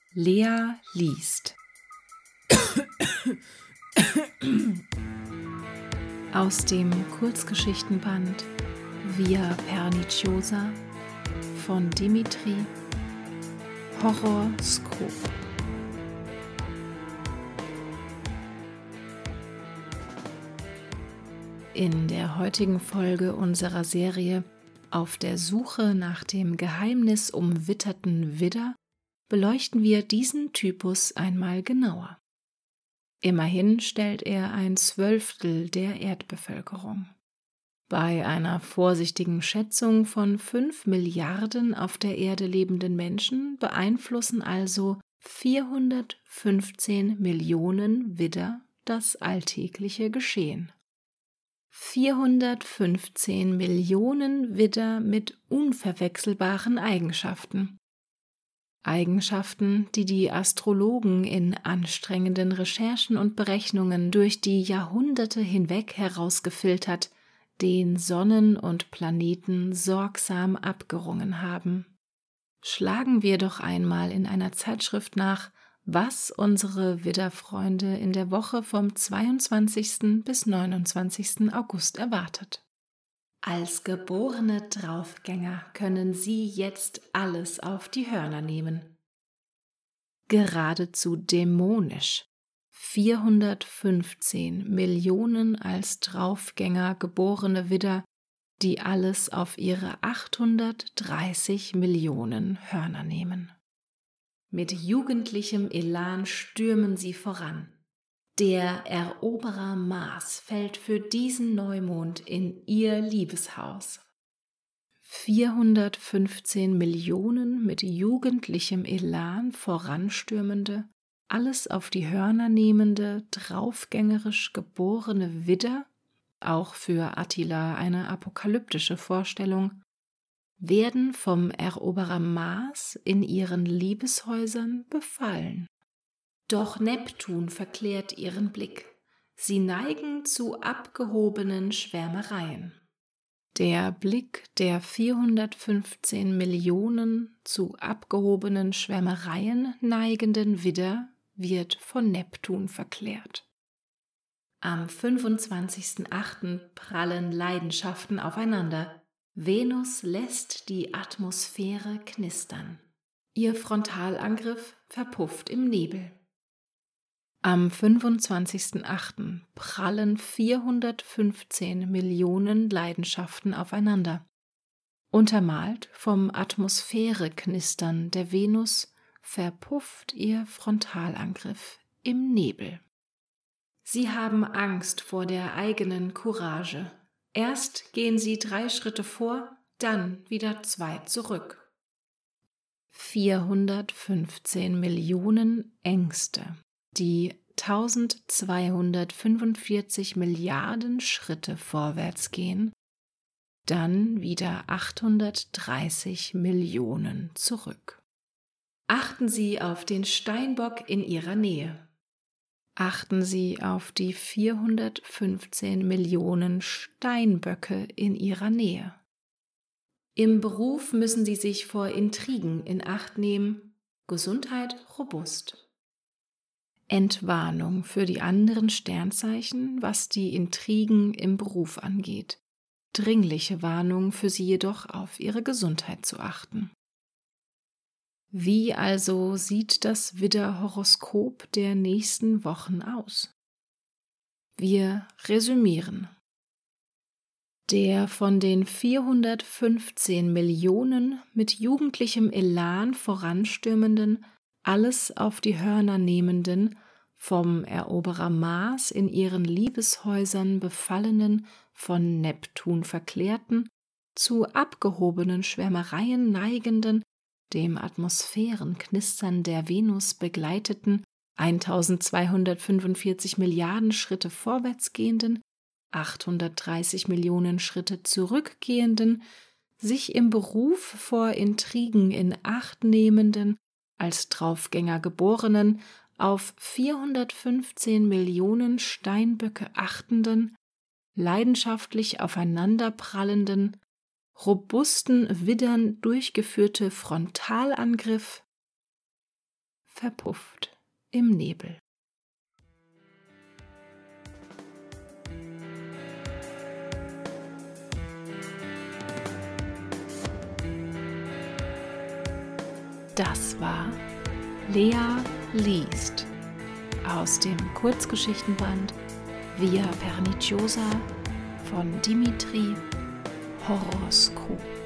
Lea liest. Aus dem Kurzgeschichtenband Via Perniciosa von Dimitri Horoskop. In der heutigen Folge unserer Serie Auf der Suche nach dem geheimnisumwitterten Widder beleuchten wir diesen Typus einmal genauer. Immerhin stellt er 1/12 der Erdbevölkerung. Bei einer vorsichtigen Schätzung von 5 Milliarden auf der Erde lebenden Menschen beeinflussen also 415 Millionen Widder das alltägliche Geschehen. 415 Millionen Widder mit unverwechselbaren Eigenschaften. Eigenschaften, die die Astrologen in anstrengenden Recherchen und Berechnungen durch die Jahrhunderte hinweg herausgefiltert, den Sonnen und Planeten sorgsam abgerungen haben. Schlagen wir doch einmal in einer Zeitschrift nach, was unsere Widderfreunde in der Woche vom 22. bis 29. August erwartet. Als geborene Draufgänger können Sie jetzt alles auf die Hörner nehmen. Geradezu dämonisch. 415 Millionen als Draufgänger geborene Widder, die alles auf ihre 830 Millionen Hörner nehmen. Mit jugendlichem Elan stürmen sie voran. Der Eroberer Mars fällt für diesen Neumond in ihr Liebeshaus. 415 Millionen mit jugendlichem Elan voranstürmende, alles auf die Hörner nehmende, draufgängerisch geborene Widder, auch für Attila eine apokalyptische Vorstellung, werden vom Eroberer Mars in ihren Liebeshäusern befallen. Doch Neptun verklärt ihren Blick. Sie neigen zu abgehobenen Schwärmereien. Der Blick der 415 Millionen zu abgehobenen Schwärmereien neigenden Widder wird von Neptun verklärt. Am 25.08. prallen Leidenschaften aufeinander. Venus lässt die Atmosphäre knistern. Ihr Frontalangriff verpufft im Nebel. Am 25.08. prallen 415 Millionen Leidenschaften aufeinander. Untermalt vom Atmosphäreknistern der Venus verpufft ihr Frontalangriff im Nebel. Sie haben Angst vor der eigenen Courage. Erst gehen sie 3 Schritte vor, dann wieder 2 zurück. 415 Millionen Ängste, die 1245 Milliarden Schritte vorwärts gehen, dann wieder 830 Millionen zurück. Achten Sie auf den Steinbock in Ihrer Nähe. Achten Sie auf die 415 Millionen Steinböcke in Ihrer Nähe. Im Beruf müssen Sie sich vor Intrigen in Acht nehmen. Gesundheit robust. Entwarnung für die anderen Sternzeichen, was die Intrigen im Beruf angeht. Dringliche Warnung für Sie jedoch, auf Ihre Gesundheit zu achten. Wie also sieht das Widderhoroskop der nächsten Wochen aus? Wir resümieren. Der von den 415 Millionen mit jugendlichem Elan voranstürmenden, alles auf die Hörner nehmenden, vom Eroberer Mars in ihren Liebeshäusern befallenen, von Neptun verklärten, zu abgehobenen Schwärmereien neigenden, dem Atmosphärenknistern der Venus begleiteten, 1245 Milliarden Schritte vorwärtsgehenden, 830 Millionen Schritte zurückgehenden, sich im Beruf vor Intrigen in Acht nehmenden, als Draufgänger geborenen, auf 415 Millionen Steinböcke achtenden, leidenschaftlich aufeinanderprallenden, robusten Widdern durchgeführte Frontalangriff verpufft im Nebel. Das war Lea liest aus dem Kurzgeschichtenband Via Perniciosa von Dimitri Horoskop.